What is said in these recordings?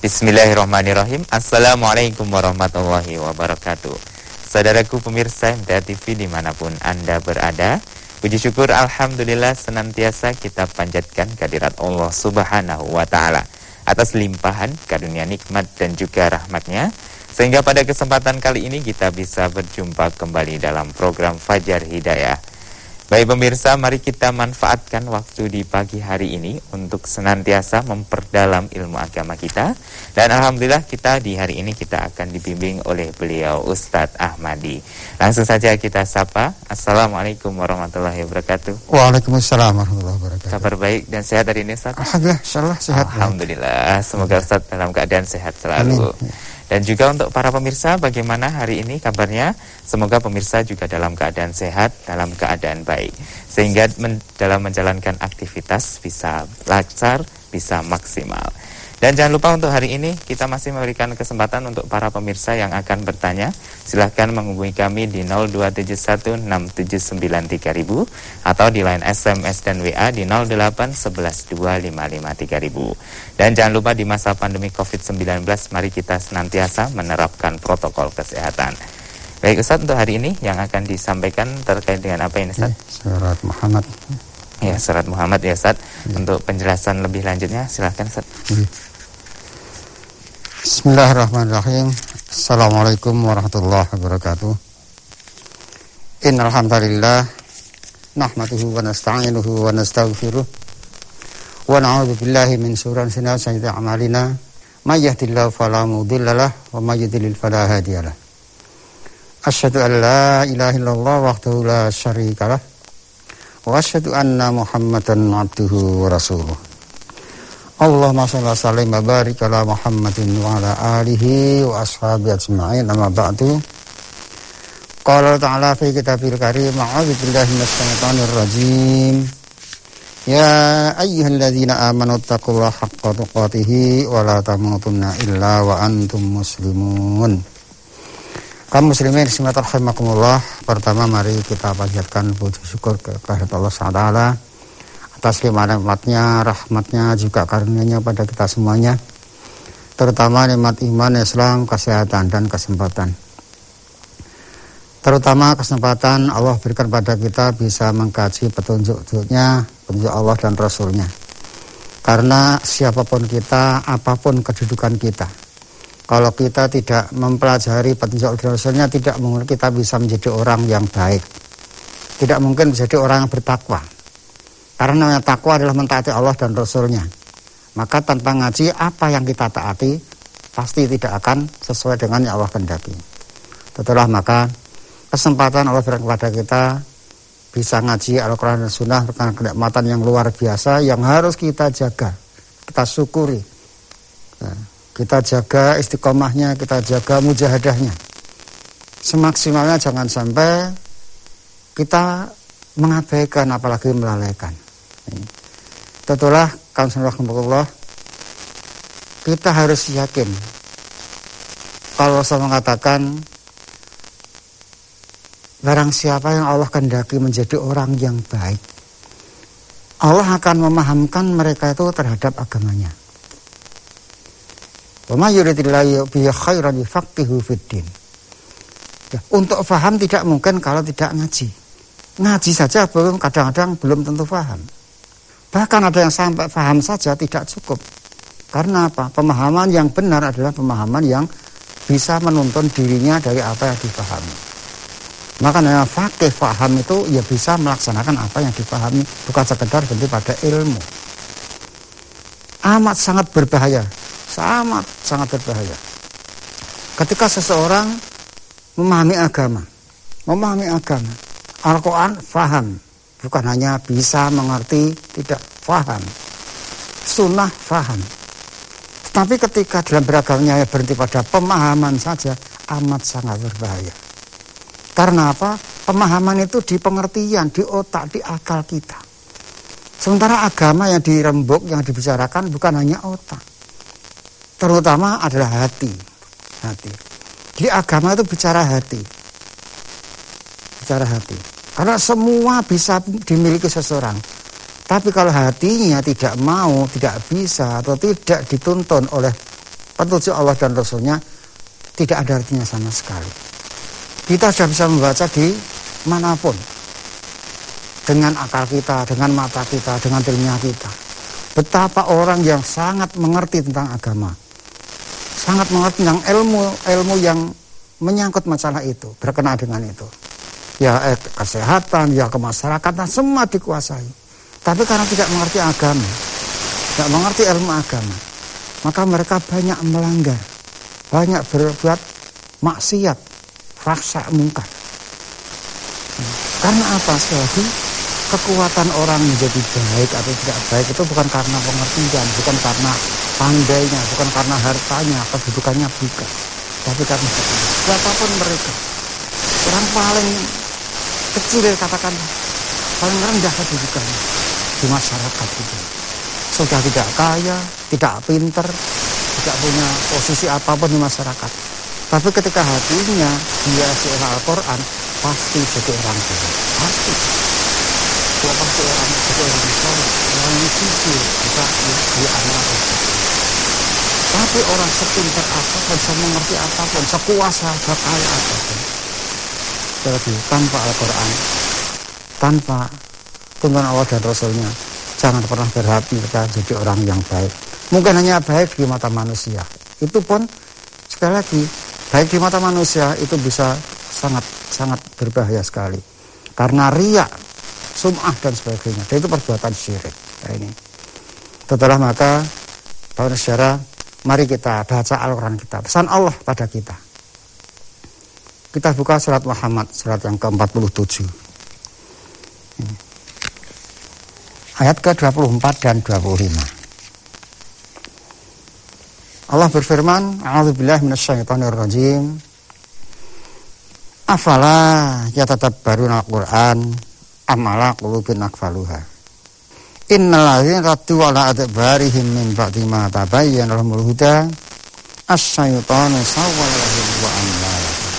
Bismillahirrahmanirrahim. Assalamualaikum warahmatullahi wabarakatuh. Saudaraku pemirsa MTA TV dimanapun Anda berada, puji syukur Alhamdulillah senantiasa kita panjatkan kehadirat Allah Subhanahu wa Ta'ala atas limpahan karunia nikmat dan juga rahmatnya, sehingga pada kesempatan kali ini kita bisa berjumpa kembali dalam program Fajar Hidayah. Baik pemirsa, mari kita manfaatkan waktu di pagi hari ini untuk senantiasa memperdalam ilmu agama kita. Dan Alhamdulillah kita di hari ini kita akan dibimbing oleh beliau Ustadz Ahmadi. Langsung saja kita sapa. Assalamualaikum warahmatullahi wabarakatuh. Waalaikumsalam warahmatullahi wabarakatuh. Kabar baik dan sehat hari ini, Ustadz? Alhamdulillah, insyaallah sehat. Alhamdulillah, semoga Ustadz dalam keadaan sehat selalu. Amin. Dan juga untuk para pemirsa, bagaimana hari ini kabarnya? Semoga pemirsa juga dalam keadaan sehat, dalam keadaan baik, sehingga dalam menjalankan aktivitas bisa lancar, bisa maksimal. Dan jangan lupa untuk hari ini kita masih memberikan kesempatan untuk para pemirsa yang akan bertanya. Silahkan menghubungi kami di 02716793000 atau di line SMS dan WA di 08112553000. Dan jangan lupa di masa pandemi COVID-19 mari kita senantiasa menerapkan protokol kesehatan. Baik Ustadz, untuk hari ini yang akan disampaikan terkait dengan apa ini Ustadz? Surat Muhammad. Ya, surat Muhammad ya Ustadz. Untuk penjelasan lebih lanjutnya silahkan Ustadz. Bismillahirrahmanirrahim. Assalamualaikum warahmatullahi wabarakatuh. Innal hamdalillah nahmaduhu wa nasta'inuhu wa nastaghfiruh wa na'udzu billahi min shururi anfusina wa sayyiati a'malina may yahdihillahu fala mudhillalah wa may yudlil fala hadiyalah. Asyhadu an la ilaha illallah wahdahu la syarikalah wa asyhadu anna Muhammadan abduhu wa rasuluh. Allahumma shalli wa sallim wa barik ala Muhammadin wa ala alihi wa ashabihi ajma'in, amma ba'du. Qala ta'ala fi kitabil karim, a'udzu billahi minasy syaithanir rajim. Ya ayyuhalladzina amanu taqullaha haqqa tuqatih wa la tamutunna illa wa antum muslimun. Kaum muslimin rahimakumullah, pertama mari kita panjatkan puji syukur kehadirat Allah SWT atas limpahan nikmatnya, rahmatnya, juga karunia-Nya pada kita semuanya, terutama nikmat iman, Islam, kesehatan, dan kesempatan. Terutama kesempatan Allah berikan pada kita bisa mengkaji petunjuk-petunjuk-Nya, petunjuk Allah dan Rasul-Nya. Karena siapapun kita, apapun kedudukan kita, kalau kita tidak mempelajari petunjuk dan Rasul-Nya, tidak mungkin kita bisa menjadi orang yang baik, tidak mungkin menjadi orang yang bertakwa. Karena namanya takwa adalah mentaati Allah dan Rasul-Nya. Maka tanpa ngaji, apa yang kita taati pasti tidak akan sesuai dengan yang Allah kehendaki. Itulah maka kesempatan Allah berikan kepada kita bisa ngaji Al-Quran dan Sunnah dengan kenikmatan yang luar biasa yang harus kita jaga, kita syukuri. Kita jaga istiqomahnya, kita jaga mujahadahnya. Semaksimalnya jangan sampai kita mengabaikan apalagi melalaikan. Itulah kaumullah, kita harus yakin kalau Rasul mengatakan barang siapa yang Allah kehendaki menjadi orang yang baik, Allah akan memahamkan mereka itu terhadap agamanya. Wa may yuridillahu bihi khairan yufaqihu fiddin. Untuk faham tidak mungkin kalau tidak ngaji. Ngaji saja kadang-kadang belum tentu faham. Bahkan ada yang sampai faham saja tidak cukup. Karena apa? Pemahaman yang benar adalah pemahaman yang bisa menuntun dirinya dari apa yang dipahami. Makanya faqih faham itu ya bisa melaksanakan apa yang dipahami, bukan sekedar berhenti pada ilmu. Amat sangat berbahaya. Sangat berbahaya ketika seseorang memahami agama, Al-Quran faham, bukan hanya bisa mengerti, tidak faham, sunnah faham, tetapi ketika dalam beragamanya berhenti pada pemahaman saja, amat sangat berbahaya. Karena apa? Pemahaman itu di pengertian, di otak, di akal kita. Sementara agama yang dirembuk, yang dibicarakan bukan hanya otak, terutama adalah hati. Jadi agama itu bicara hati. Karena semua bisa dimiliki seseorang. Tapi kalau hatinya tidak mau, tidak bisa, atau tidak dituntun oleh petunjuk Allah dan Rasulnya tidak ada artinya sama sekali. Kita sudah bisa membaca di manapun, dengan akal kita, dengan mata kita, dengan telinga kita. Betapa orang yang sangat mengerti tentang agama, sangat mengerti tentang ilmu yang menyangkut masalah itu, berkenaan dengan itu. Ya kesehatan, ya kemasyarakatan, semua dikuasai. Tapi karena tidak mengerti agama, tidak mengerti ilmu agama, maka mereka banyak melanggar, banyak berbuat maksiat, fahsya, mungkar. Karena apa? Sekali lagi, kekuatan orang menjadi baik atau tidak baik itu bukan karena pengertian, bukan karena pandainya, bukan karena hartanya, kedudukannya, bukan. Tapi karena siapapun mereka, orang paling kecil katakan, paling rendah kedudukannya di masyarakat itu, sudah tidak kaya, tidak pinter, tidak punya posisi apapun di masyarakat. Tapi ketika hatinya dia seorang Al-Quran, pasti jadi orang baik, pasti. Dia pasti jadi orang soleh, orang yang jujur, dia amal. Tapi orang sepintar apapun, semengerti apapun, sekuasa, sekaya apapun, jadi tanpa Al-Quran, tanpa tuntunan Allah dan Rasulnya, jangan pernah berharap mereka jadi orang yang baik. Mungkin hanya baik di mata manusia. Itu pun sekali lagi, baik di mata manusia itu bisa sangat berbahaya sekali. Karena riya, sum'ah dan sebagainya. Dan itu perbuatan syirik. Nah, ini. Setelah maka, Bapak saudara, mari kita baca Al-Quran kita. Pesan Allah pada kita. Kita buka surat Muhammad, surat yang ke-47. Ayat ke-24 dan 25. Allah berfirman, A'udzubillahi minasyaitonirrajim. Afala yatadabbaruna al-Qur'an am ala qulubin aqfaluha. Innal ladzina raddu ala adbarihim min ba'di ma tabayyana lahumul huda asy-syaitanu sawwala lahum wa amla.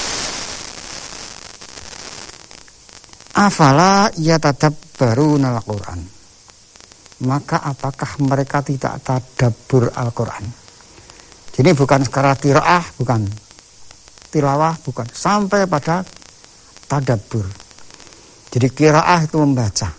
Afala yatadabbaruna al-Qur'an. Maka apakah mereka tidak tadabbur Al-Quran? Jadi bukan secara qiraah, bukan tilawah, bukan, sampai pada tadabbur. Jadi qiraah itu membaca.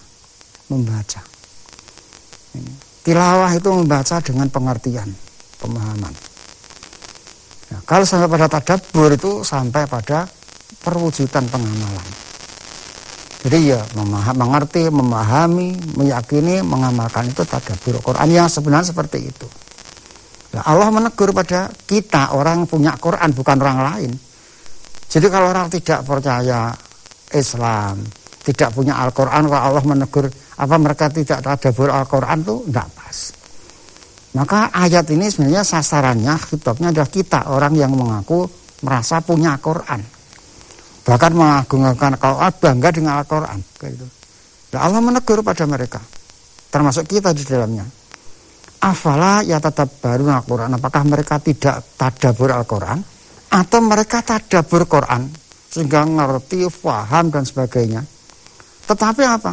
Tilawah itu membaca dengan pengertian, pemahaman. Nah, kalau sampai pada tadabbur itu sampai pada perwujudan pengamalan. Jadi ya mengerti, memahami, meyakini, mengamalkan itu tadabbur Quran yang sebenarnya seperti itu. Nah, Allah menegur pada kita, orang punya Quran, bukan orang lain. Jadi kalau orang tidak percaya Islam, tidak punya Al-Quran, kalau Allah menegur, apa mereka tidak tadabbur Al-Quran itu tidak pas. Maka ayat ini sebenarnya sasarannya, khitabnya adalah kita, orang yang mengaku merasa punya Quran. Bahkan mengagungkan Al-Quran, bangga dengan Al-Quran. Nah, Allah menegur pada mereka, termasuk kita di dalamnya. Afala yatadabbaruna Al-Quran. Apakah mereka tidak tadabbur Al-Quran? Atau mereka tadabbur Quran sehingga ngerti, paham dan sebagainya. Tetapi apa?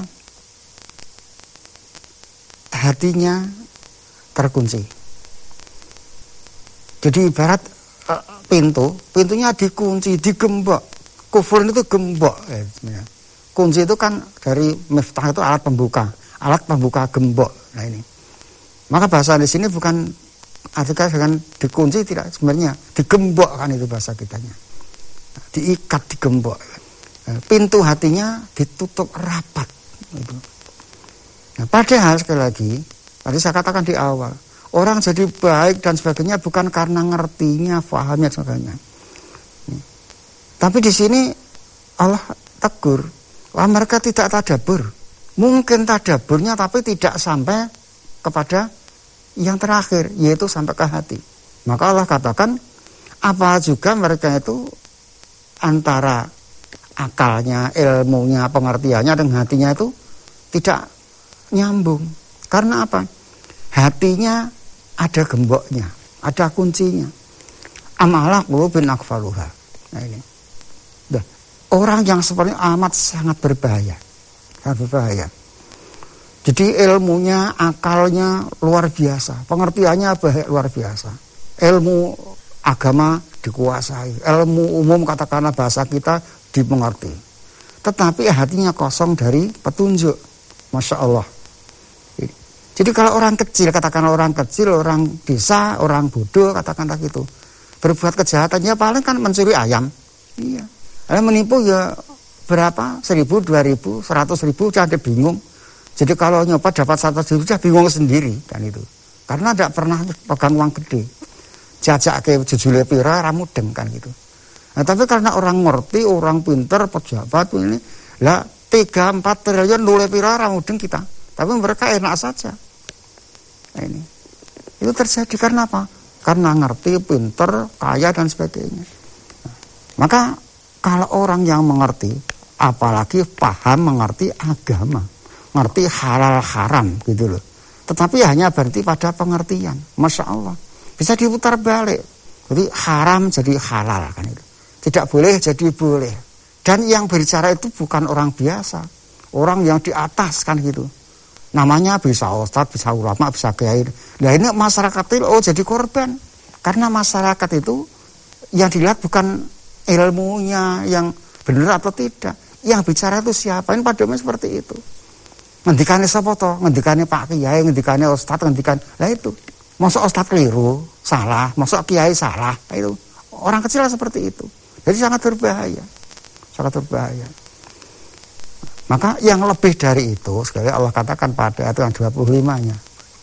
Hatinya terkunci. Jadi ibarat pintunya dikunci, digembok. Kufur itu gembok. Kunci itu kan dari miftah itu alat pembuka gembok. Nah ini. Maka bahasa di sini bukan artinya dengan dikunci, tidak, sebenarnya digembok kan itu bahasa kitanya. Diikat, digembok. Pintu hatinya ditutup rapat. Nah, padahal sekali lagi, tadi saya katakan di awal, orang jadi baik dan sebagainya bukan karena ngertinya, fahamnya dan sebagainya. Tapi di sini Allah tegur, wah mereka tidak tadabbur. Mungkin tadabburnya tapi tidak sampai kepada yang terakhir, yaitu sampai ke hati. Maka Allah katakan, apa juga mereka itu antara akalnya, ilmunya, pengertiannya dengan hatinya itu tidak nyambung. Karena apa? Hatinya ada gemboknya, ada kuncinya. Amalah qulubin aqfaluha. Nah ini. Orang yang seperti amat sangat berbahaya. Sangat berbahaya. Jadi ilmunya, akalnya luar biasa, pengertiannya luar biasa. ilmu agama dikuasai, ilmu umum katakanlah bahasa kita dimengerti, tetapi hatinya kosong dari petunjuk. Masya Allah. Jadi kalau orang kecil, katakanlah orang kecil, orang desa, orang bodoh, katakanlah gitu, berbuat kejahatannya paling kan mencuri ayam. Iya. Lalu menipu ya berapa? 1.000, 2.000, 100.000, jadi bingung. Jadi kalau nyoba dapat 100.000, sudah bingung sendiri kan itu. Karena tidak pernah pegang uang gede. Jajak ke jujule pira ramudeng kan gitu. Nah, tapi karena orang ngerti, orang pinter, pejabat ini, lah 3-4 triliun nule pira ramudeng kita. Tapi mereka enak saja. Nah, ini. Itu terjadi karena apa? Karena ngerti, pinter, kaya dan sebagainya. Nah, maka kalau orang yang mengerti, apalagi paham mengerti agama, ngerti halal haram gitu loh. Tetapi hanya berhenti pada pengertian. Masya Allah. Bisa diputar balik. Jadi haram jadi halal kan itu. Tidak boleh jadi boleh. Dan yang berbicara itu bukan orang biasa. Orang yang di atas kan gitu. Namanya bisa ustadz, bisa ulama, bisa kiai. Nah ini masyarakat itu jadi korban. Karena masyarakat itu yang dilihat bukan ilmunya yang benar atau tidak. Yang bicara itu siapa? Ini padahal seperti itu. Ngendikane sapa to? Ngendikane Pak Kiai, ngendikane ustadz, ngendikan. Lah itu. Masa ustadz keliru, salah. Masa kiai salah. Nah, itu. Orang kecil seperti itu. Jadi sangat berbahaya. Sangat berbahaya. Maka yang lebih dari itu, sekali Allah katakan pada ayat yang 25-nya.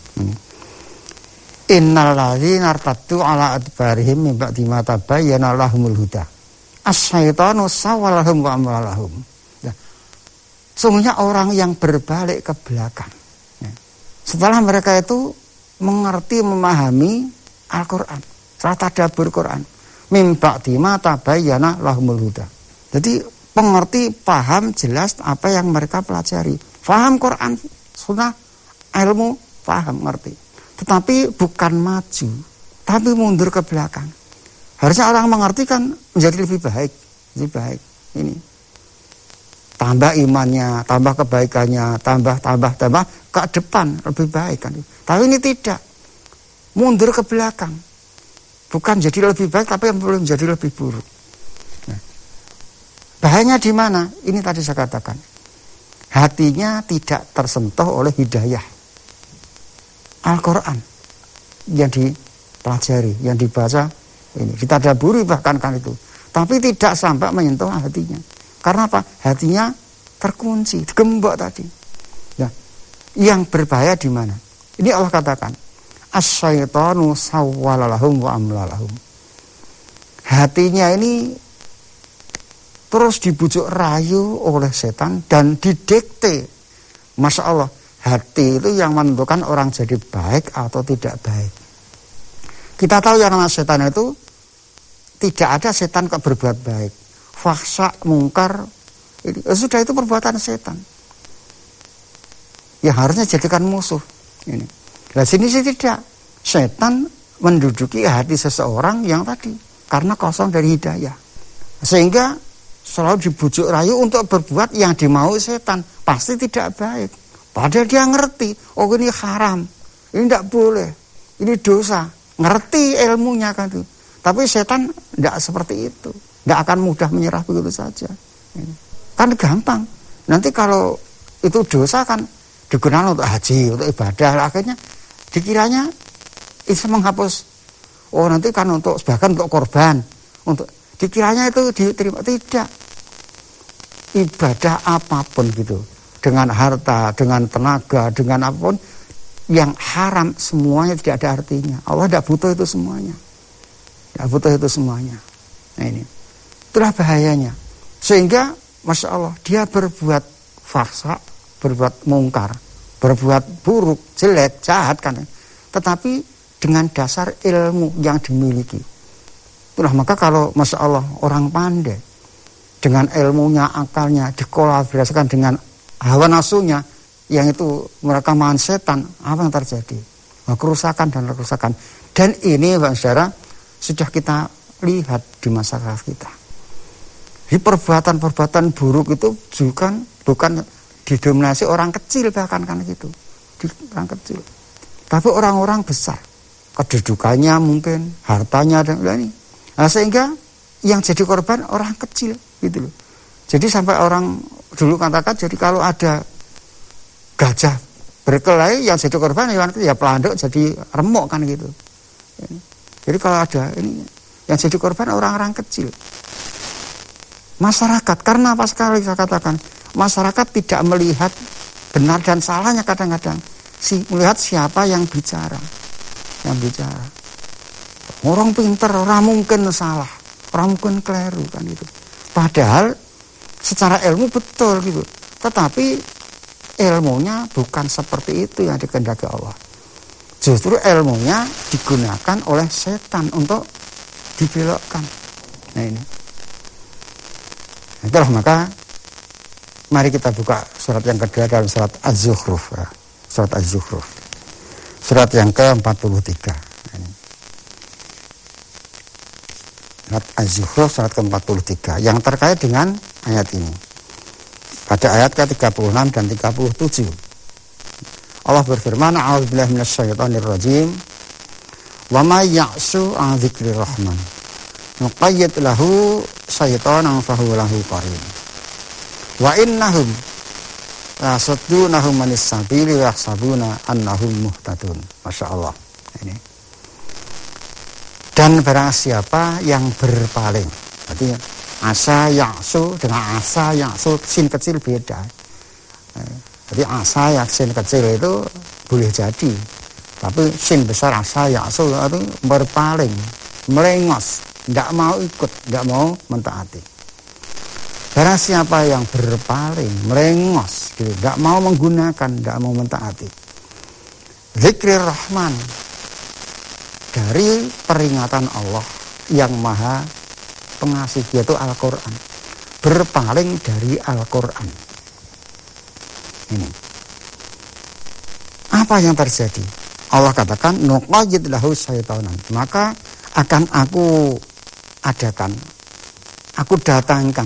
Innal ladzina irtaddu ala adbarihim min ba'di ma tabayyana lahumul huda. Asy-syaitanu sawwalahum wa amwalahum. Nah, sungguhnya orang yang berbalik ke belakang. Setelah mereka itu mengerti, memahami Al-Quran, setelah tadabbur Quran, min ba'di ma tabayyana lahumul huda. Jadi pengerti, paham, jelas apa yang mereka pelajari. Paham Quran, sunnah, ilmu, paham, ngerti. Tetapi bukan maju, tapi mundur ke belakang. Harusnya orang mengerti kan menjadi lebih baik. Lebih baik. Ini. Tambah imannya, tambah kebaikannya, tambah ke depan lebih baik kan. Tapi ini tidak. Mundur ke belakang. Bukan jadi lebih baik, tapi yang belum jadi lebih buruk. Bahayanya di mana? Ini tadi saya katakan. Hatinya tidak tersentuh oleh hidayah. Al-Quran yang dipelajari, yang dibaca, ini ditadaburi bahkan kan itu. Tapi tidak sampai menyentuh hatinya. Karena apa? Hatinya terkunci, digembok tadi. Ya. Yang berbahaya di mana? Ini Allah katakan, asy-syaitanu sawwalalahum wa amlalahum. Hatinya ini terus dibujuk rayu oleh setan dan didikte. Masya Allah, hati itu yang menentukan orang jadi baik atau tidak baik. Kita tahu yang namanya setan itu tidak ada setan kok berbuat baik. Fahsya, mungkar, sudah itu perbuatan setan. Ya harusnya jadikan musuh. Ini. Nah sini sih tidak. Setan menduduki hati seseorang yang tadi karena kosong dari hidayah. Sehingga selalu dibujuk rayu untuk berbuat yang dimau setan. Pasti tidak baik. Padahal dia ngerti, oh ini haram, ini tidak boleh, ini dosa. Ngerti ilmunya kan itu. Tapi setan tidak seperti itu. Tidak akan mudah menyerah begitu saja. Kan gampang. Nanti kalau itu dosa kan digunakan untuk haji, untuk ibadah. Akhirnya dikiranya itu menghapus. Oh nanti kan untuk sebagian untuk korban. Dikiranya itu diterima. Tidak. Ibadah apapun gitu. Dengan harta, dengan tenaga, dengan apapun. Yang haram semuanya tidak ada artinya. Allah tidak butuh itu semuanya. Tidak butuh itu semuanya. Nah ini. Itulah bahayanya. Sehingga Masya Allah dia berbuat fahsya, berbuat mungkar, berbuat buruk, jelek, jahat kan. Tetapi dengan dasar ilmu yang dimiliki. Itulah maka kalau Masya Allah orang pandai dengan ilmunya, akalnya dikolaborasikan dengan hawa nafsunya yang itu mereka mahan setan, apa yang terjadi? Kerusakan dan kerusakan. Dan ini Pak Saudara sudah kita lihat di masyarakat kita. Di perbuatan-perbuatan buruk itu bukan didominasi orang kecil bahkan kan gitu. Orang kecil. Tapi orang-orang besar. kedudukannya mungkin, hartanya dan ini. Nah, sehingga yang jadi korban orang kecil gitu loh. Jadi sampai orang dulu katakan, jadi kalau ada gajah berkelahi yang jadi korban hewan itu ya pelanduk jadi remuk kan gitu. Jadi kalau ada ini yang jadi korban orang-orang kecil. Masyarakat, karena apa sekali saya katakan, masyarakat tidak melihat benar dan salahnya kadang-kadang. Melihat siapa yang bicara. Yang bicara. Orang pinter, orang mungkin salah, orang mungkin keliru kan itu. Padahal secara ilmu betul gitu. Tetapi ilmunya bukan seperti itu yang dikehendaki Allah. Justru ilmunya digunakan oleh setan untuk dibelokkan. Nah ini. Itulah maka mari kita buka surat yang kedua dalam surat Az-Zukhruf. Surat Az-Zukhruf. Surat yang ke-43. Surat Az-Zukhruf surat ke-43 yang terkait dengan ayat ini. Pada ayat ke-36 dan 37. Allah berfirman, "A'udzubillahi minasyaitonirrajim. Wa may ya'su 'an dzikrir rahman nuqayyid lahu syaitanan fahuwa lahu qarin. Wa innahum lasuddunahum manis sabili wa yahsabuna annahum muhtadun." Masya Allah. Ini. Dan barang siapa yang berpaling. Berarti asa ya'su dengan asa ya'su sin kecil beda. Jadi asa sin kecil itu boleh jadi. Tapi sin besar asa ya'su itu berpaling, melengos, tidak mau ikut, tidak mau mentaati. Barang siapa yang berpaling, melengos, gitu, tidak mau menggunakan, tidak mau mentaati. Zikrir Rahman, dari peringatan Allah yang maha pengasih, yaitu Al-Quran. Berpaling dari Al-Quran. Ini. Apa yang terjadi? Allah katakan, nuqayyid lahu syaitanan. Maka akan aku adakan, aku datangkan.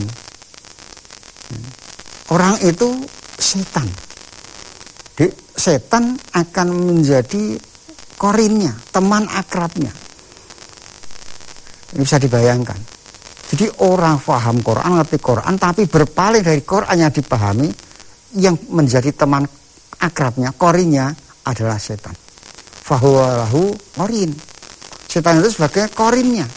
Orang itu setan. Setan akan menjadi korinnya, teman akrabnya. Ini bisa dibayangkan. Jadi orang paham Quran, ngerti Quran, tapi berpaling dari Quran yang dipahami, yang menjadi teman akrabnya, korinnya adalah setan. Fahuwa lahu qarin. Setan itu sebagai korinnya.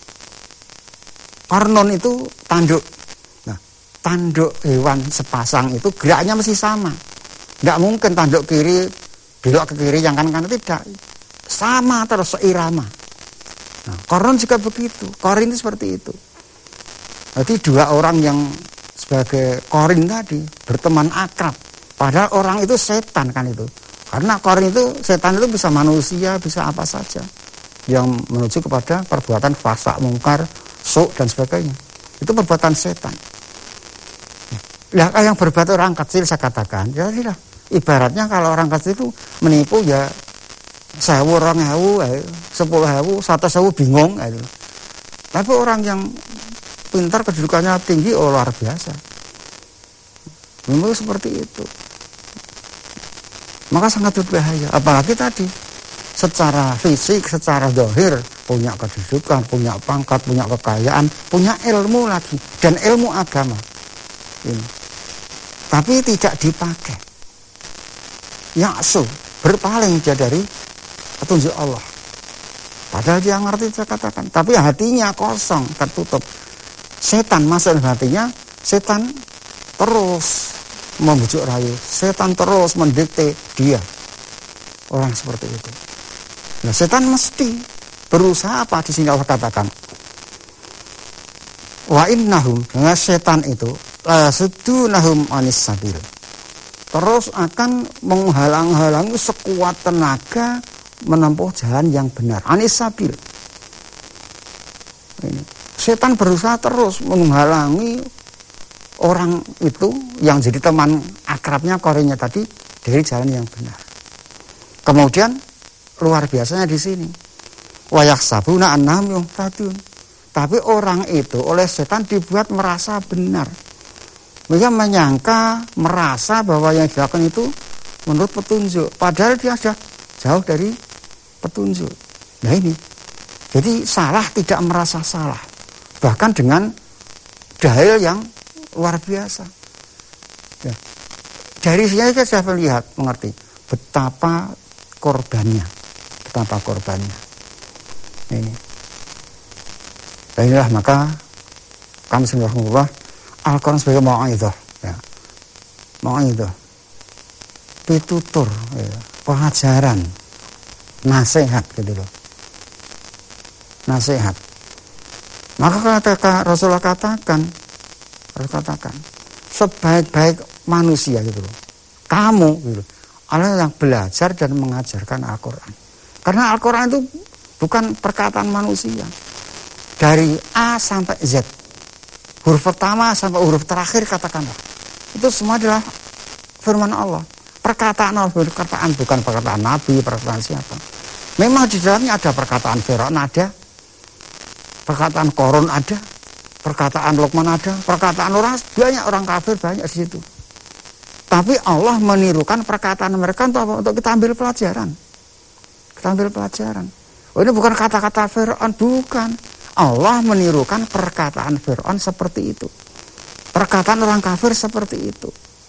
Qarnun itu tanduk. Nah, tanduk hewan sepasang itu geraknya mesti sama. Tidak mungkin tanduk kiri belok ke kiri, yang kanan tidak. Sama terus seirama. Nah, Qarnun juga begitu. Qarin itu seperti itu. Jadi dua orang yang sebagai qarin tadi berteman akrab. Padahal orang itu setan kan itu. Karena qarin itu, setan itu bisa manusia, bisa apa saja. Yang menuju kepada perbuatan fasa, mungkar, su' dan sebagainya. Itu perbuatan setan. Nah, yang berbuat orang kecil saya katakan, ya lah. Ibaratnya kalau orang kecil itu menipu ya 1.000, 2.000, 10.000, 100.000 bingung. Tapi orang yang pintar, kedudukannya tinggi, luar biasa. Memang seperti itu. Maka sangat berbahaya. Apalagi tadi, secara fisik, secara zahir, punya kedudukan, punya pangkat, punya kekayaan, punya ilmu lagi. Dan ilmu agama. Ini. Tapi tidak dipakai. Ya'su, berpaling dia dari petunjuk Allah. Padahal dia ngerti, saya katakan. Tapi hatinya kosong, tertutup. Setan masuk dalam hatinya, setan terus membujuk rayu. Setan terus mendikte dia. Orang seperti itu. Nah, setan mesti berusaha apa di sini Allah katakan. Wa innahum, dengan setan itu, lasudunahum anis sabil. Terus akan menghalang-halangi sekuat tenaga menempuh jalan yang benar. Anis sabil. Ini. Setan berusaha terus menghalangi orang itu yang jadi teman akrabnya, korinnya tadi, dari jalan yang benar. Kemudian luar biasanya di sini. Wa yahsabuna annahum muhtadun. Tapi orang itu oleh setan dibuat merasa benar. Dia menyangka, merasa bahwa yang dilakukan itu menurut petunjuk. Padahal dia sudah jauh dari petunjuk. Nah ini, jadi salah tidak merasa salah, bahkan dengan dalil yang luar biasa. Ya. Dari sini saya melihat, mengerti betapa korbannya. Ini. Dan inilah maka kami semua Al-Quran sebagai mau'izah, ya. Mau'izah, pitutur, ya. Pengajaran, nasihat gitu loh. Nasihat. Maka Rasulullah katakan sebaik-baik manusia gitu loh. Kamu gitu. Allah yang belajar dan mengajarkan Al-Quran. Karena Al-Quran itu bukan perkataan manusia. Dari A sampai Z. Huruf pertama sampai huruf terakhir katakanlah. Itu semua adalah firman Allah. Perkataan Allah, perkataan bukan perkataan Nabi, perkataan siapa. Memang di dalamnya ada perkataan Fir'aun ada. Perkataan Korun ada. Perkataan Luqman ada. Perkataan orang, banyak orang kafir banyak di situ. Tapi Allah menirukan perkataan mereka untuk kita ambil pelajaran. Kita ambil pelajaran. Oh, ini bukan kata-kata Fir'aun, bukan. Allah menirukan perkataan Fir'aun seperti itu. Perkataan orang kafir seperti itu.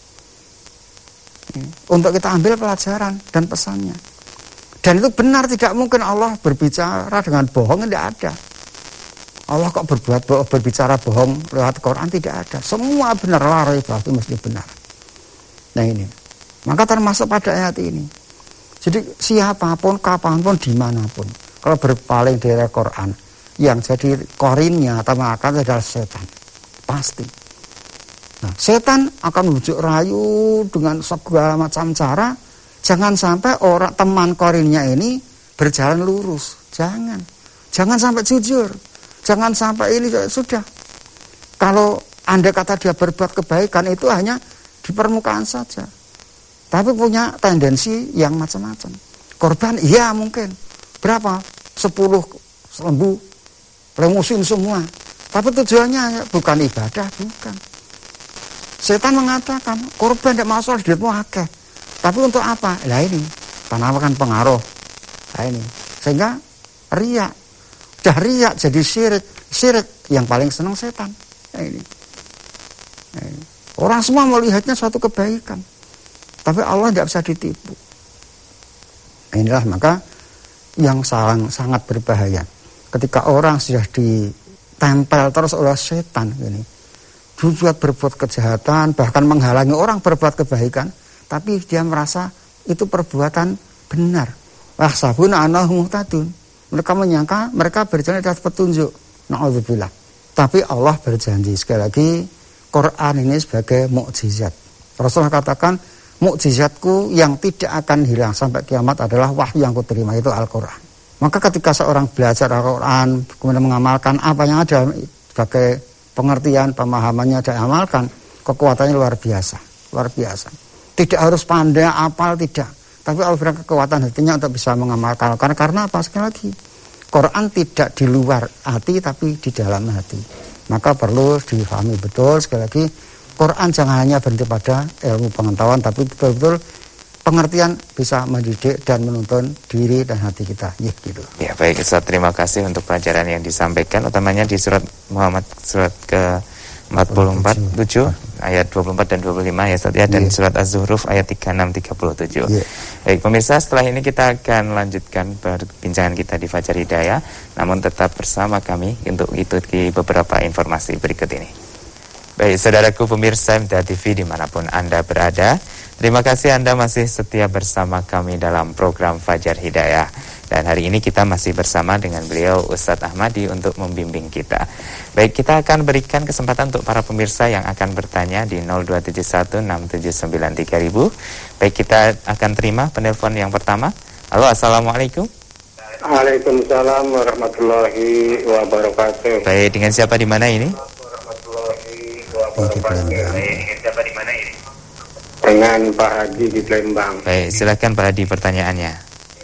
Untuk kita ambil pelajaran dan pesannya. Dan itu benar, tidak mungkin Allah berbicara dengan bohong, tidak ada. Allah kok berbicara bohong lewat Quran, tidak ada. Semua benar, la raiba fi, mesti benar. Nah ini, maka termasuk pada ayat ini. Jadi siapapun, kapanpun, dimanapun, kalau berpaling dari Quran, yang jadi korinnya atau makan adalah setan, pasti. Nah, setan akan membujuk rayu dengan segala macam cara. Jangan sampai orang teman korinnya ini berjalan lurus. Jangan sampai jujur. Jangan sampai ini sudah. Kalau Anda kata dia berbuat kebaikan itu hanya di permukaan saja. Tapi punya tendensi yang macam-macam. Korban iya mungkin. Berapa? 10 lembu, lemusin semua. Tapi tujuannya bukan ibadah, bukan. Setan mengatakan korban tidak masalah, duitmu akeh. Tapi untuk apa? Lah ini, tanaman pengaruh. Lah ini, sehingga riya. Dah riya jadi syirik. Syirik yang paling senang setan. Nah ini. Nah ini. Orang semua melihatnya suatu kebaikan. Tapi Allah tidak bisa ditipu. Inilah maka yang sangat berbahaya. Ketika orang sudah ditempel terus oleh setan ini, buat berbuat kejahatan, bahkan menghalangi orang berbuat kebaikan, tapi dia merasa itu perbuatan benar. Wahsabuna annahum muhtadun. Mereka menyangka mereka berjalan di atas petunjuk. Na'udzubillah. Tapi Allah berjanji sekali lagi, Quran ini sebagai mukjizat. Rasulullah katakan, mukjizatku yang tidak akan hilang sampai kiamat adalah wahyu yang kuterima, itu Al-Quran. Maka ketika seorang belajar Al-Quran, kemudian mengamalkan apa yang ada sebagai pengertian, pemahamannya dan amalkan, kekuatannya luar biasa. Luar biasa. Tidak harus pandai, apal, tidak. Tapi Allah berikan kekuatan hatinya untuk bisa mengamalkan. Karena apa? Sekali lagi, Quran tidak di luar hati, tapi di dalam hati. Maka perlu difahami betul, sekali lagi, Quran jangan hanya berhenti pada ilmu pengetahuan, tapi betul-betul pengertian bisa mendidik dan menuntun diri dan hati kita. Ya, gitu. Ya, baik Ustaz, terima kasih untuk pelajaran yang disampaikan, utamanya di surat Muhammad surat ke 44, 7 ayat 24 dan 25 ya Ustaz ya, dan surat Az-Zuhruf ayat 36 37. Baik pemirsa, setelah ini kita akan lanjutkan perbincangan kita di Fajar Hidayah, namun tetap bersama kami untuk ikuti beberapa informasi berikut ini. Baik saudaraku pemirsa MTA TV dimanapun Anda berada, terima kasih Anda masih setia bersama kami dalam program Fajar Hidayah. Dan hari ini kita masih bersama dengan beliau Ustadz Ahmadi untuk membimbing kita. Baik, kita akan berikan kesempatan untuk para pemirsa yang akan bertanya di 02716793000. Baik, kita akan terima penelpon yang pertama. Halo, Assalamualaikum. Waalaikumsalam warahmatullahi wabarakatuh. Baik, dengan siapa di mana ini? Dengan Pak Haji di Palembang. Baik, silakan Pak Haji pertanyaannya.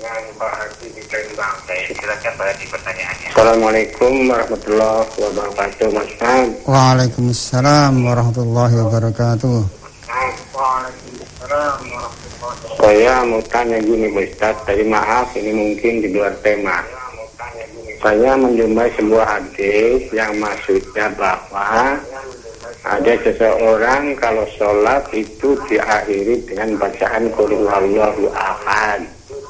Assalamualaikum warahmatullahi wabarakatuh, Mas Ustaz. Waalaikumsalam warahmatullahi wabarakatuh. Saya mau tanya gini, Pak Ustaz. Tadi maaf, ini mungkin di luar tema. Saya menjumpai sebuah hadis yang maksudnya bahwa ada seseorang kalau sholat itu diakhiri dengan bacaan Qul huwallahu ahad.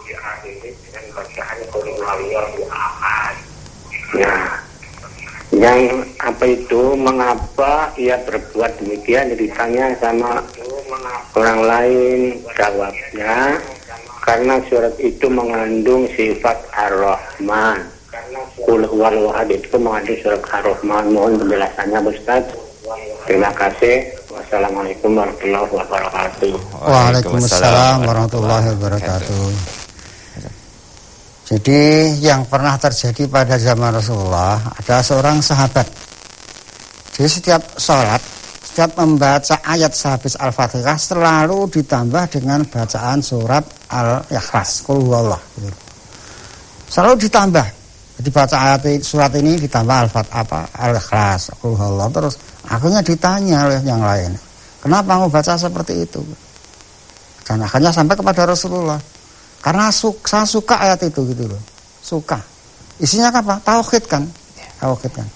Nah, yang apa itu, mengapa ia berbuat demikian, ditanya sama orang lain. Jawabnya, karena surat itu mengandung sifat Ar-Rahman. Qul huwallahu ahad itu mengandung surat Ar-Rahman. Mohon penjelasannya, Ustaz. Terima kasih. Wassalamualaikum warahmatullahi wabarakatuh. Waalaikumsalam warahmatullahi wabarakatuh. Jadi yang pernah terjadi pada zaman Rasulullah, ada seorang sahabat. Jadi setiap sholat, setiap membaca ayat sehabis Al-Fatihah selalu ditambah dengan bacaan surat Al-Ikhlas, Qul huwallah. Selalu ditambah. Jadi baca ayat surat ini ditambah Al-Ikhlas, Qul huwallah. Terus akhirnya ditanya oleh yang lain, kenapa kamu baca seperti itu? Dan akhirnya sampai kepada Rasulullah. Karena saya suka ayat itu gitu loh. Suka. Isinya apa? Tauhid kan. Tauhid kan.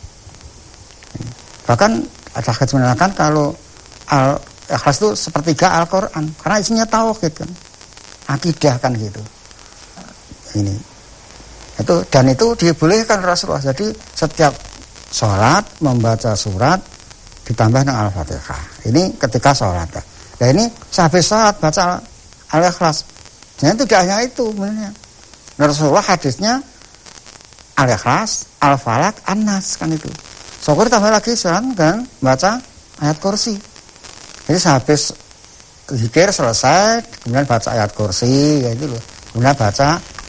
Bahkan ada hadis menerangkan kalau Al-Ikhlas itu sepertiga Al-Quran. Karena isinya tauhid kan. Akidah kan gitu. Ini. Dan itu dibolehkan Rasulullah. Jadi setiap sholat membaca surat ditambah dengan Al-Fatihah. Ini ketika sholat. Nah ini sehabis sholat baca Al-Ikhlas. Jadi tidak hanya itu sebenarnya. Rasulullah hadisnya Al-Ikhlas, Al-Falaq, An-Nas kan itu. Syukur tambah lagi surat dan baca ayat kursi. Jadi sehabis zikir selesai, kemudian baca ayat kursi, ya itu loh. Kemudian baca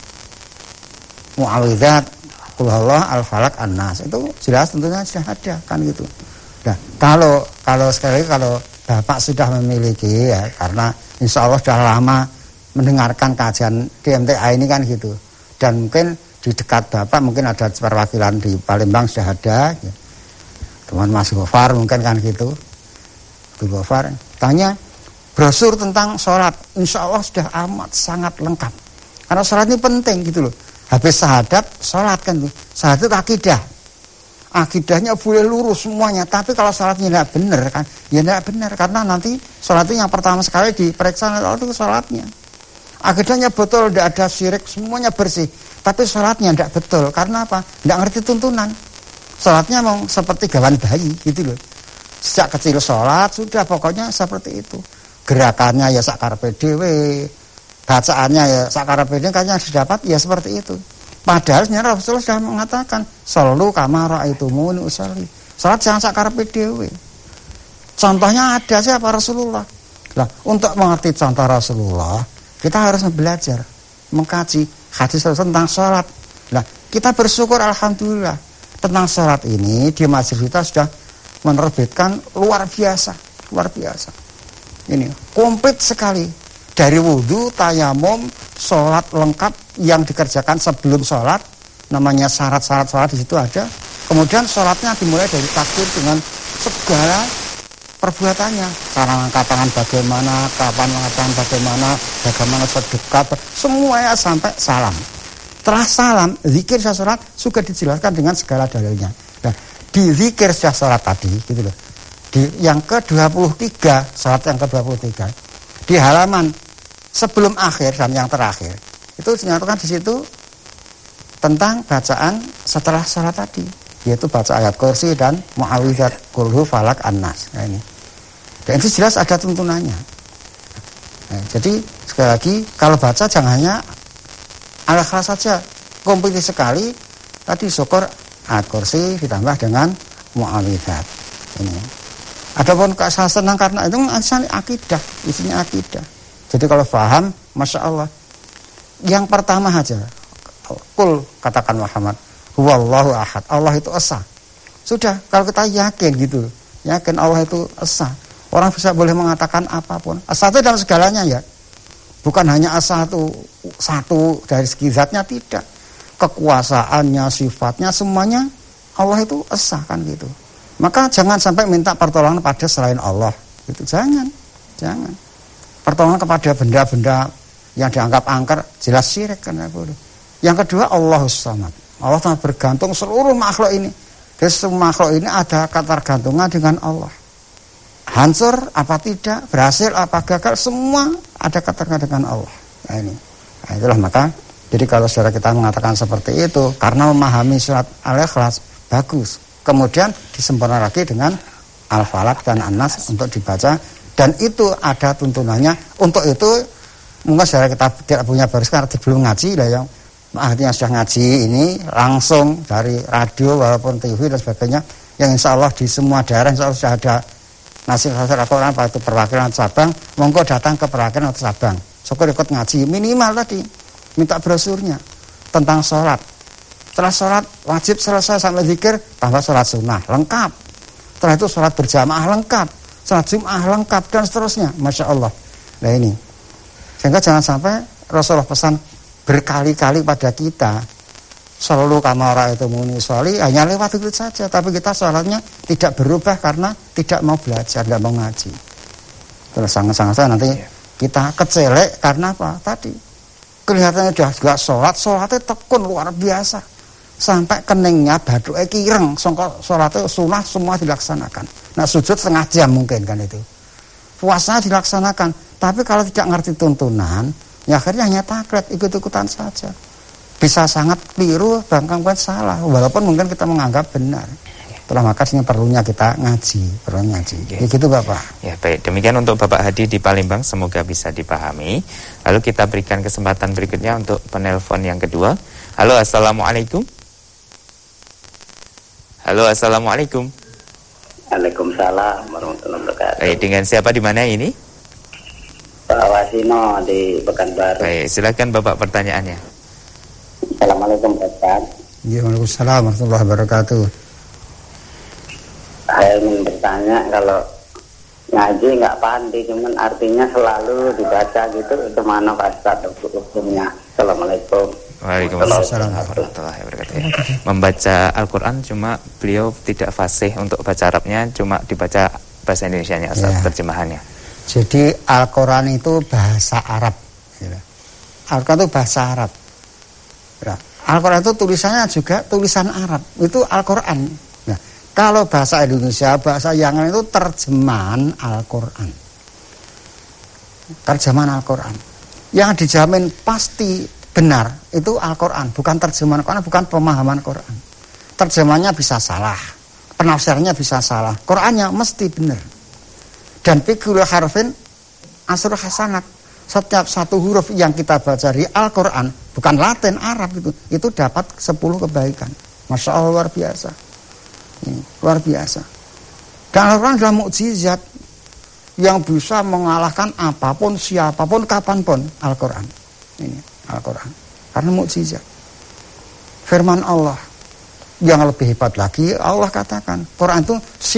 Mu'awwidzat, Qul huwallahu, Al-Falaq, An-Nas. Itu jelas tentunya sudah ada kan gitu. Nah, kalau sekali lagi kalau Bapak sudah memiliki ya, karena insya Allah sudah lama mendengarkan kajian di MTA ini kan gitu, dan mungkin di dekat Bapak mungkin ada perwakilan di Palembang sudah ada ya. Teman Mas Gofar mungkin kan gitu, Mas Gofar tanya brosur tentang sholat, insya Allah sudah amat sangat lengkap, karena sholat ini penting gitu loh. Habis syahadat sholat kan tuh, syahadat itu akidahnya boleh lurus semuanya, tapi kalau sholatnya tidak benar kan, ya tidak benar, karena nanti sholat itu yang pertama sekali diperiksa itu sholatnya. Akidahnya betul, tidak ada syirik, semuanya bersih. Tapi sholatnya tidak betul. Karena apa? Tidak ngerti tuntunan. Sholatnya mau seperti gawan bayi gitu loh. Sejak kecil sholat, sudah pokoknya seperti itu. Gerakannya ya sakarepe dhewe, bacaannya ya sakarepe dhewe, kan yang didapat ya seperti itu. Padahal sebenarnya Rasulullah sudah mengatakan, shollu kama ra'aitumuni usolli. Sholat jangan sakarepe dhewe. Contohnya ada siapa? Rasulullah. Lah, untuk mengerti contoh Rasulullah, kita harus belajar, mengkaji hadis tentang sholat. Nah, kita bersyukur alhamdulillah tentang sholat ini di masjid kita sudah menerbitkan luar biasa. Ini komplit sekali dari wudhu, tayamum, sholat lengkap yang dikerjakan sebelum sholat, namanya syarat-syarat sholat di situ ada. Kemudian sholatnya dimulai dari takbir dengan segala perbuatannya, cara angkat tangan bagaimana, kapan angkat tangan bagaimana sedekah, semuanya sampai salam. Setelah salam, zikir sesudah sholat juga dijelaskan dengan segala dalilnya. Nah, di zikir sesudah sholat tadi, gitu loh. Di yang ke-23, sholat yang ke-23, di halaman sebelum akhir dan yang terakhir, itu dinyatakan di situ tentang bacaan setelah sholat tadi, yaitu baca ayat kursi dan Mu'awwidzat, Qul huwallahu, Falaq, An-Nas. Nah, ini. Dan itu jelas ada tuntunannya. Nah, jadi sekali lagi kalau baca jangan hanya Al-Ikhlas saja, komplit sekali. Tadi syukur ayat kursi ditambah dengan Mu'awwidzat. Ini. Adapun saya senang karena itu akidah, isinya akidah. Jadi kalau paham, masya Allah. Yang pertama aja, Qul katakan Muhammad, huwallahu ahad, Allah itu esa. Sudah, kalau kita yakin gitu, yakin Allah itu esa. Orang bisa boleh mengatakan apapun. Asa itu dalam segalanya ya. Bukan hanya asa itu satu dari segi zatnya, tidak. Kekuasaannya, sifatnya, semuanya Allah itu esa kan gitu. Maka jangan sampai minta pertolongan pada selain Allah. Itu jangan. Pertolongan kepada benda-benda yang dianggap angker jelas syirik kan boleh. Yang kedua Allahus Samad. Allah sangat bergantung seluruh makhluk ini. Jadi semua makhluk ini ada ketergantungan dengan Allah. Hancur apa tidak, berhasil apa gagal, semua ada ketergantungan dengan Allah. Nah ini, nah, itulah maka. Jadi kalau saudara kita mengatakan seperti itu, karena memahami surat Al-Ikhlas bagus. Kemudian disempurnakan lagi dengan Al-Falaq dan An-Nas untuk dibaca. Dan itu ada tuntunannya. Untuk itu mungkin saudara kita tidak punya baris karena belum ngaji lah yang artinya sudah ngaji ini langsung dari radio walaupun TV dan sebagainya. Yang insya Allah di semua daerah insya Allah sudah ada nasihat Al-Quran pada perwakilan Sabang. Monggo datang ke perwakilan Sabang. Syukur ikut ngaji minimal tadi. Minta brosurnya tentang sholat. Setelah sholat wajib selesai sampai zikir, tambah sholat sunnah lengkap. Setelah itu sholat berjamaah lengkap, sholat Jum'ah lengkap dan seterusnya. Masya Allah. Nah ini, sehingga jangan sampai Rasulullah pesan berkali-kali pada kita, selalu kamara itu muni sholli, hanya lewat itu saja. Tapi kita sholatnya tidak berubah karena tidak mau belajar, tidak mau ngaji. Terus sangat-sangat nanti kita kecelek karena apa? Tadi kelihatannya sudah juga sholatnya tekun luar biasa sampai keningnya baduke kireng, sholatnya sunnah semua dilaksanakan. Nah sujud setengah jam mungkin kan itu, puasa dilaksanakan, tapi kalau tidak ngerti tuntunan ya akhirnya hanya taklid, ikut-ikutan saja, bisa sangat keliru bahkan salah walaupun mungkin kita menganggap benar. Itulah makanya perlunya kita ngaji, Ya gitu Bapak. Ya baik, demikian untuk Bapak Hadi di Palembang, semoga bisa dipahami. Lalu kita berikan kesempatan berikutnya untuk penelpon yang kedua. Halo, assalamualaikum. Halo, assalamualaikum. Waalaikumsalam warahmatullahi wabarakatuh. Baik, dengan siapa di mana ini? Pak Wasino di Pekanbaru. Baik, silakan Bapak pertanyaannya. Assalamualaikum Bapak. Waalaikumsalam warahmatullahi wabarakatuh. Saya ingin bertanya, kalau ngaji nggak pandai, cuman artinya selalu dibaca gitu, kemana Pak hukumnya? Assalamualaikum. Waalaikumsalam warahmatullahi wabarakatuh. Membaca Al-Quran cuma beliau tidak fasih untuk baca Arabnya, cuma dibaca bahasa Indonesianya, terjemahannya. Jadi Al-Quran itu bahasa Arab. Al-Quran itu bahasa Arab. Al-Quran itu tulisannya juga tulisan Arab. Itu Al-Quran. Kalau bahasa Indonesia, bahasa yang lain itu terjemahan Al-Quran. Terjemahan Al-Quran. Yang dijamin pasti benar itu Al-Quran, bukan terjemahan Al-Quran, bukan pemahaman Quran. Terjemahannya bisa salah, penafsirannya bisa salah, Qurannya mesti benar. Dan fikul harfin asrul hasanat. Setiap satu huruf yang kita baca di Al-Quran, bukan Latin, Arab itu dapat 10 kebaikan. Masya Allah, luar biasa. Luar biasa. Dan Al-Quran adalah mukjizat yang bisa mengalahkan apapun, siapapun, kapanpun. Al-Quran ini Al-Quran karena mukjizat. Firman Allah yang lebih hebat lagi, Allah katakan Quran itu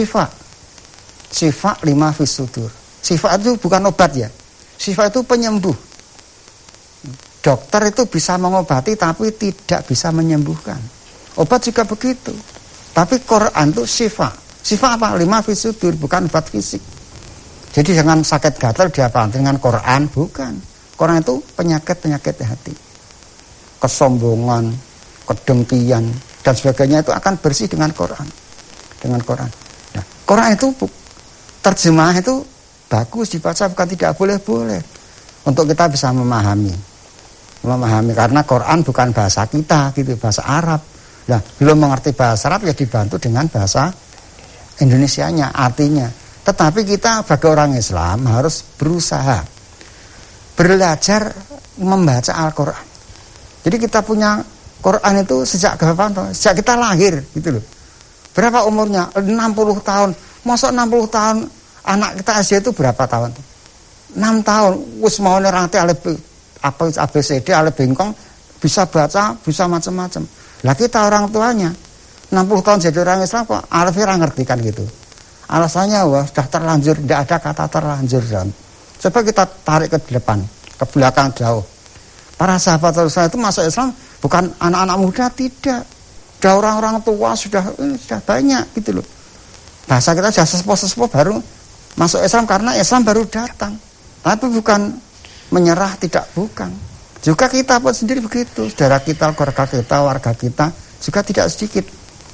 sifat lima fis sudur. Sifat itu bukan obat ya, sifat itu penyembuh. Dokter itu bisa mengobati tapi tidak bisa menyembuhkan. Obat juga begitu. Tapi Quran itu sifat apa? Lima fis sudur, bukan obat fisik. Jadi jangan sakit gatal diapaan dengan Quran, bukan. Quran itu penyakit-penyakit hati. Kesombongan, kedengkian dan sebagainya itu akan bersih dengan Quran. Dengan Quran. Nah, Quran itu terjemah itu bagus dibaca, bukan tidak boleh-boleh. Untuk kita bisa memahami karena Quran bukan bahasa kita gitu, bahasa Arab. Nah, belum mengerti bahasa Arab ya dibantu dengan bahasa Indonesianya, artinya. Tetapi kita sebagai orang Islam harus berusaha belajar membaca Al-Quran. Jadi kita punya Quran itu sejak kapan? Sejak kita lahir gitu loh. Berapa umurnya? 60 tahun. Masa 60 tahun anak kita SD itu berapa tahun? 6 tahun. Wis mau nerangti ABCD, ale bengkong, bisa baca, bisa macam-macam. Lah kita orang tuanya 60 tahun jadi orang Islam kok alfira ngerti kan gitu. Alasannya wah sudah terlanjur, tidak ada kata terlanjur dan. Coba kita tarik ke depan, ke belakang jauh. Para sahabat Rasulullah itu masuk Islam bukan anak-anak muda, tidak. Sudah orang-orang tua sudah banyak gitu loh. Bahasa kita sudah sesepuh-sesepuh baru masuk Islam karena Islam baru datang. Tapi bukan menyerah, tidak, bukan. Juga kita pun sendiri begitu, saudara kita, keluarga kita, warga kita juga tidak sedikit.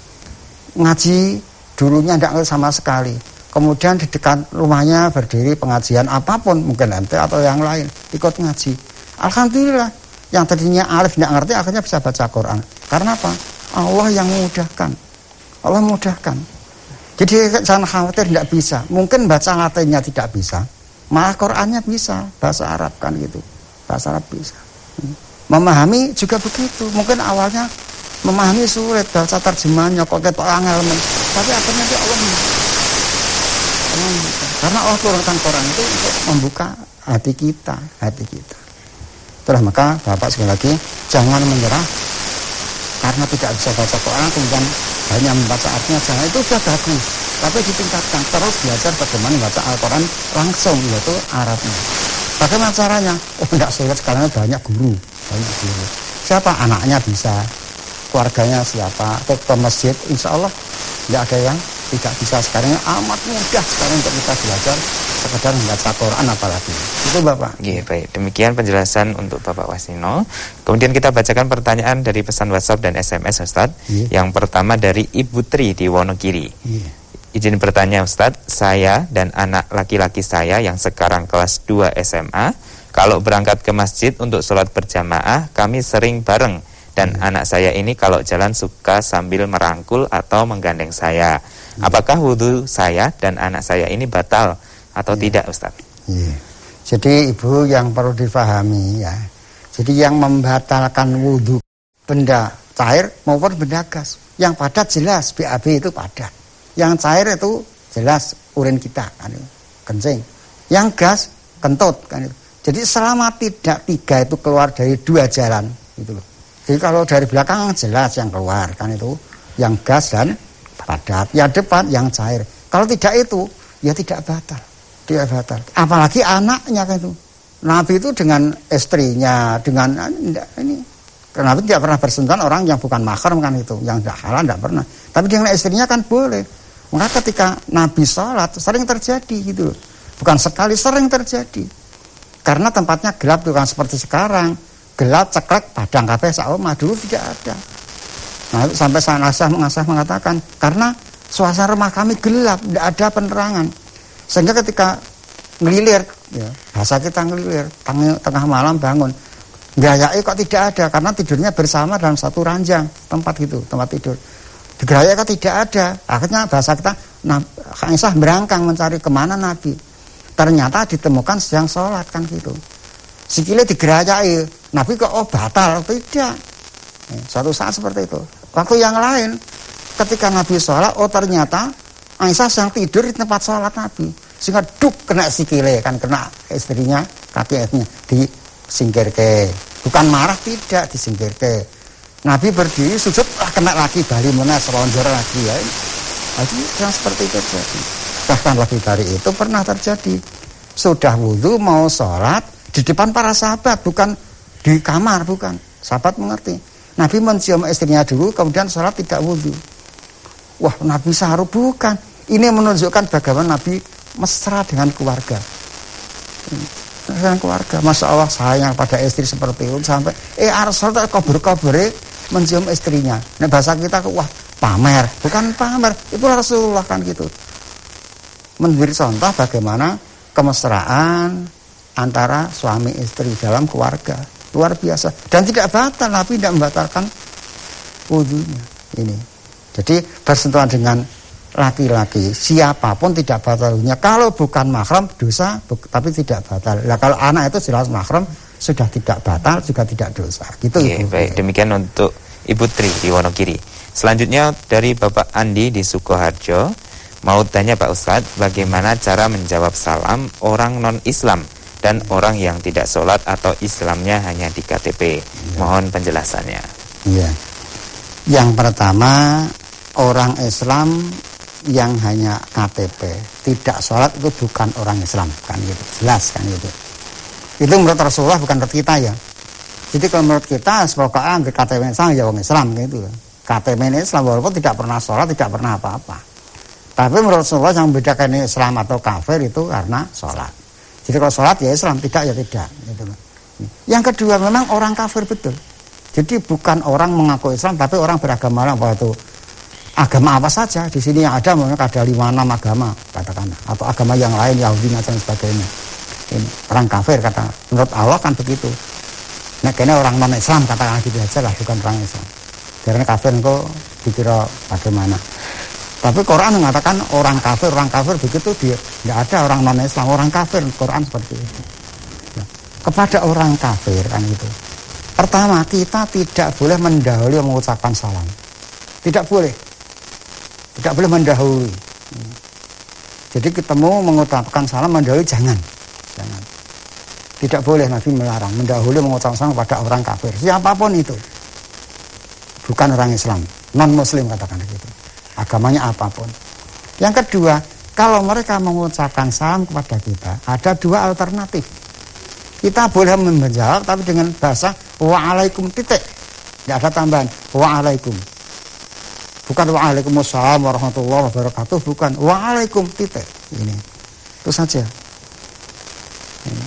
Ngaji dulunya tidak ngerti sama sekali. Kemudian di dekat rumahnya berdiri pengajian apapun, mungkin MT atau yang lain, ikut ngaji. Alhamdulillah, yang tadinya alif tidak ngerti akhirnya bisa baca Quran. Karena apa? Allah yang memudahkan. Allah memudahkan. Jadi jangan khawatir tidak bisa. Mungkin baca Latinnya tidak bisa, malah Qurannya bisa, bahasa Arab kan gitu. Bahasa Arab bisa. Memahami juga begitu. Mungkin awalnya memahami sulit, baca terjemahannya kok ketok angel, tapi akhirnya dia Allah membuka. Karena Allah turunkan Quran itu untuk membuka hati kita. Itulah maka Bapak sekali lagi jangan menyerah karena tidak bisa baca Quran kemudian hanya membaca artinya, jangan, itu sudah bagus, tapi ditingkatkan terus belajar bagaimana membaca Al-Quran langsung, yaitu Arabnya. Bagaimana caranya? Oh, tidak sulit, sekarang banyak guru. Siapa? Anaknya bisa, keluarganya siapa, ke masjid, insya Allah tidak ada yang tidak bisa. Sekarang amat mudah sekarang untuk kita belajar sekedar membaca Quran apalagi. Itu Bapak. Iya, baik. Demikian penjelasan untuk Bapak Wasino. Kemudian kita bacakan pertanyaan dari pesan WhatsApp dan SMS, Ustadz. Yang pertama dari Ibu Tri di Wonogiri. Izin bertanya, Ustadz, saya dan anak laki-laki saya yang sekarang kelas 2 SMA, kalau berangkat ke masjid untuk sholat berjamaah, kami sering bareng. Dan anak saya ini kalau jalan suka sambil merangkul atau menggandeng saya. Apakah wudhu saya dan anak saya ini batal atau tidak, Ustaz? Jadi Ibu yang perlu difahami ya. Jadi yang membatalkan wudhu benda cair maupun benda gas. Yang padat jelas BAB itu padat. Yang cair itu jelas urin kita kan, kencing. Yang gas kentut kan. Jadi selama tidak tiga itu keluar dari dua jalan gitu loh. Jadi kalau dari belakang jelas yang keluar kan itu yang gas dan padat, yang depan yang cair. Kalau tidak itu ya tidak batal. Tidak batal. Apalagi anaknya kan itu. Nabi itu dengan istrinya, dengan ini Nabi tidak pernah bersentuhan orang yang bukan mahram kan itu, yang tidak halal tidak pernah. Tapi dengan istrinya kan boleh. Maka ketika Nabi sholat sering terjadi gitu loh. Bukan sekali, sering terjadi. Karena tempatnya gelap bukan seperti sekarang. Gelap, ceklek, padang kabeh saomah, dulu tidak ada. Nah, sampai Aisyah mengatakan, karena suasana rumah kami gelap, tidak ada penerangan. Sehingga ketika ngelilir, ya, bahasa kita ngelilir, tengah malam bangun, gerayai kok tidak ada, karena tidurnya bersama dalam satu ranjang, tempat tidur. Gerayai kok tidak ada, akhirnya bahasa kita, Aisyah berangkang mencari kemana Nabi. Ternyata ditemukan sedang sholat kan gitu. Sikile digerayai, Nabi kok batal? Tidak. Suatu saat seperti itu. Waktu yang lain, ketika Nabi sholat, ternyata Aisyah sedang tidur di tempat sholat Nabi. Sehingga kena sikile, kan kena istrinya, kaki istrinya, disingkirke. Bukan marah, tidak, disingkirke. Nabi berdiri, sujud, kena lagi, bali mana, selonjor lagi ya. Jadi yang seperti itu terjadi. Bahkan lebih dari itu pernah terjadi. Sudah wudhu, mau sholat, di depan para sahabat, bukan di kamar, bukan. Sahabat mengerti. Nabi mencium istrinya dulu, kemudian sholat tidak wudhu. Wah, Nabi saharu, bukan. Ini menunjukkan bagaimana Nabi mesra dengan keluarga. Dengan keluarga. Masya Allah sayang pada istri seperti itu. Sampai, Rasulullah kabur-kabure mencium istrinya. Nah, bahasa kita, wah, pamer. Bukan pamer, itu Rasulullah kan gitu. Memberi contoh bagaimana kemesraan antara suami istri dalam keluarga, luar biasa, dan tidak batal. Nabi tidak membatalkan wudhunya ini. Jadi bersentuhan dengan laki-laki siapapun tidak batal wudhunya. Kalau bukan mahram dosa, tapi tidak batal. Nah, kalau anak itu jelas mahram, sudah tidak batal juga tidak dosa. Gitu. Ibu. Baik, demikian untuk Ibu Tri di Wonogiri. Selanjutnya dari Bapak Andi di Sukoharjo, mau tanya Pak Ustadz, bagaimana cara menjawab salam orang non-Islam dan orang yang tidak sholat atau Islamnya hanya di KTP. Mohon penjelasannya. Iya. Yang pertama, orang Islam yang hanya KTP, tidak sholat itu bukan orang Islam, kan gitu. Jelas kan gitu. Itu menurut Rasulullah, bukan menurut kita ya. Jadi kalau menurut kita, pokoknya KTP Islam ya orang Islam gitu. KTP Islam walaupun tidak pernah sholat, tidak pernah apa-apa. Tapi menurut Rasulullah yang membedakan Islam atau kafir itu karena sholat. Jadi kalau sholat ya Islam, tidak ya tidak. Gitu. Yang kedua, memang orang kafir betul. Jadi bukan orang mengaku Islam, tapi orang beragama apa itu? Agama apa saja. Di sini yang ada mungkin ada 5-6 agama katakanlah, atau agama yang lain, Yahudi dan sebagainya. Ini orang kafir kata. Menurut Allah kan begitu. Nah, kayaknya orang non Islam katakanlah gitu aja lah, bukan orang Islam. Karena kafir kok dikira bagaimana? Tapi Quran mengatakan orang kafir begitu dia tidak ada orang non Islam, orang kafir. Quran seperti itu. Nah, kepada orang kafir kan itu. Pertama, kita tidak boleh mendahului mengucapkan salam. Tidak boleh. Tidak boleh mendahului. Jadi ketemu mengucapkan salam mendahului jangan. Tidak boleh, Nabi melarang mendahului mengucapkan salam kepada orang kafir. Siapapun itu. Bukan orang Islam, non muslim katakan begitu. Agamanya apapun. Yang kedua, kalau mereka mengucapkan salam kepada kita, ada 2 alternatif. Kita boleh menjawab tapi dengan bahasa wa'alaikum titik. Tidak ada tambahan wa'alaikum. Bukan wa'alaikumussalam warahmatullahi wabarakatuh, bukan wa'alaikum titik. Ini. Itu saja. Ini.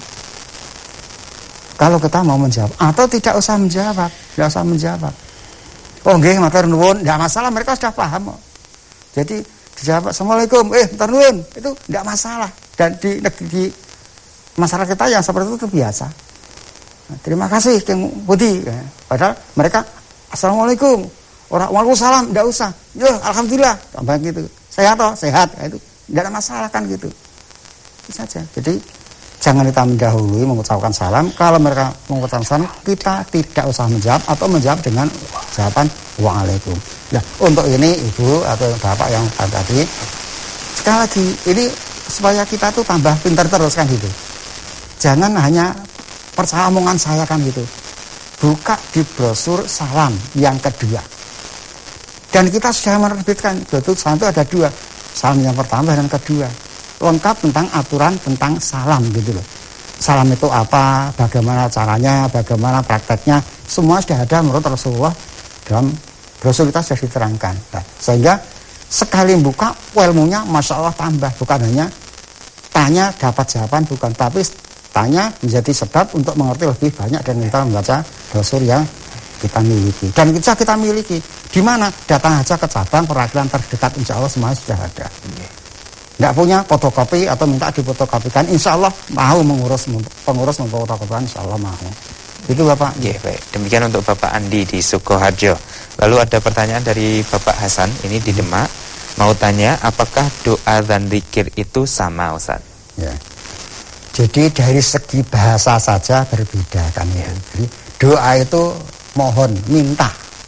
Kalau kita mau menjawab atau tidak usah menjawab, tidak usah menjawab. Oh nggih, matur nuwun, tidak masalah, mereka sudah paham. Jadi dijawab assalamualaikum, matur nuwun, itu tidak masalah. Dan di masyarakat kita yang seperti itu biasa. Nah, terima kasih Kang Budi. Ya. Padahal mereka assalamualaikum, orang waalaikumsalam, tidak usah. Yo, alhamdulillah, tambah gitu. Sehat toh, sehat. Ya, itu tidak ada masalah kan gitu. Itu saja. Jadi jangan kita mendahului mengucapkan salam. Kalau mereka mengucapkan salam, kita tidak usah menjawab atau menjawab dengan jawaban waalaikum. Nah, untuk ini Ibu atau Bapak yang tadi, sekali lagi ini supaya kita tuh tambah pintar terus kan gitu. Jangan hanya percaya omongan saya kan gitu. Buka di brosur salam yang kedua. Dan kita sudah menerbitkan, betul salam itu ada 2. Salam yang pertama dan kedua. Lengkap tentang aturan tentang salam gitu loh. Salam itu apa, bagaimana caranya, bagaimana prakteknya, semua sudah ada menurut Rasulullah dalam brosur kita sudah diterangkan. Nah, sehingga sekali buka ilmunya Masya Allah tambah, bukan hanya tanya dapat jawaban, bukan, tapi tanya menjadi sebab untuk mengerti lebih banyak dan kita membaca brosur yang kita miliki. Dan kita miliki di mana? Datang aja ke cabang perwakilan terdekat, insya Allah semuanya sudah ada. Tidak punya fotokopi atau minta difotokopikan, insya Allah mau pengurus memfotokopikan, insya Allah mau. Itu Bapak. Ya, baik. Demikian untuk Bapak Andi di Sukoharjo. Lalu ada pertanyaan dari Bapak Hasan ini di Demak. Mau tanya, apakah doa dan zikir itu sama, Ustaz? Ya. Jadi dari segi bahasa saja berbeda kan ya. Jadi doa itu mohon, minta.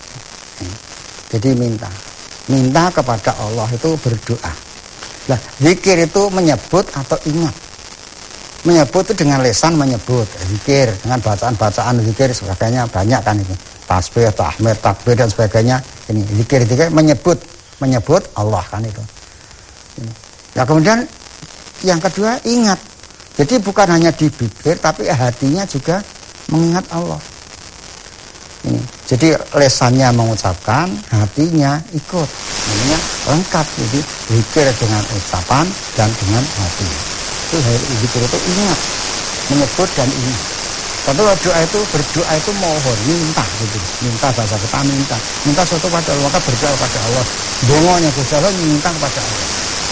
Jadi minta kepada Allah itu berdoa. Nah, zikir itu menyebut atau ingat. Menyebut itu dengan lisan menyebut, zikir dengan bacaan-bacaan zikir sebagainya banyak kan itu. Tasbih, tahmid, takbir dan sebagainya. Ini zikir menyebut Allah kan itu. Ya kemudian yang kedua ingat. Jadi bukan hanya dipikir tapi hatinya juga mengingat Allah. Ini. Jadi lesannya mengucapkan, hatinya ikut. Namanya lengkap. Jadi zikir dengan ucapan dan dengan hati. Itu zikir itu ingat, menyebut dan ingat. Kalau doa itu berdoa itu mohon, minta gitu. Minta bahasa kita minta sesuatu pada Allah, maka berdoa kepada Allah. Dongonya Gusti Allah minta kepada Allah.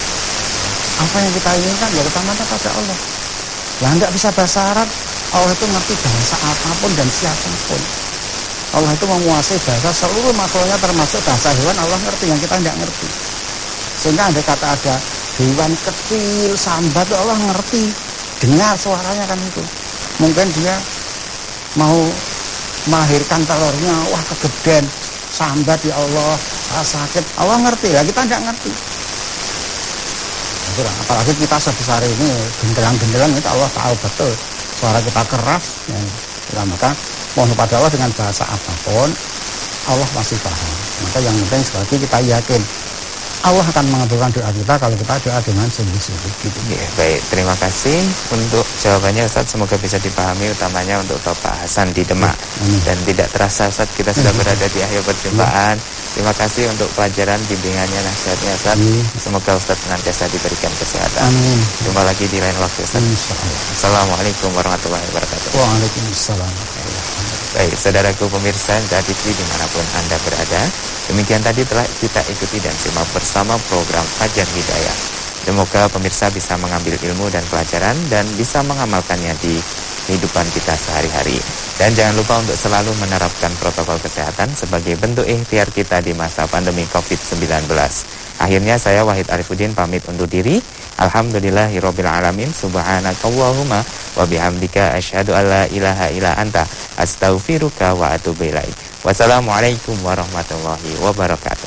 Apa yang kita inginkan ya kita minta kepada Allah. Lah enggak bisa bahasa Arab, Allah itu ngerti bahasa apapun dan siapapun. Allah itu menguasai bahasa seluruh makhluknya termasuk bahasa hewan, Allah ngerti yang kita tidak ngerti. Sehingga ada kata ada hewan kecil, sambat, Allah ngerti. Dengar suaranya kan itu. Mungkin dia mau melahirkan telurnya, wah kegedean, sambat ya Allah, sakit, Allah ngerti. Ya kita tidak ngerti. Apalagi kita sebesar ini gendelang-gendelang itu Allah tahu betul suara kita keras ya, maka mohon kepada Allah dengan bahasa apapun Allah masih paham. Maka yang penting sekali lagi kita yakin Allah akan mengabulkan doa kita kalau kita doa dengan sungguh-sungguh gitu. Ya, baik, terima kasih untuk jawabannya Ustaz, semoga bisa dipahami utamanya untuk Bapak Hasan di Demak. Dan tidak terasa Ustaz kita sudah berada di akhir perjumpaan. Terima kasih untuk pelajaran bimbingannya, nasihatnya Ustaz. Semoga Ustaz senantiasa diberikan kesehatan. Amin. Jumpa lagi di lain waktu Ustaz. Assalamualaikum warahmatullahi wabarakatuh. Waalaikumsalam warahmatullahi wabarakatuh. Baik, saudaraku pemirsa TV dimanapun Anda berada, demikian tadi telah kita ikuti dan simak bersama program Fajar Hidayah. Semoga pemirsa bisa mengambil ilmu dan pelajaran dan bisa mengamalkannya di kehidupan kita sehari-hari. Dan jangan lupa untuk selalu menerapkan protokol kesehatan sebagai bentuk ikhtiar kita di masa pandemi COVID-19. Akhirnya saya Wahid Arifuddin pamit undur diri. Alhamdulillahirabbil alamin. Subhanakallahumma wa bihamdika asyhadu alla ilaha illa anta astaghfiruka wa atubu ilaik. Wassalamualaikum warahmatullahi wabarakatuh.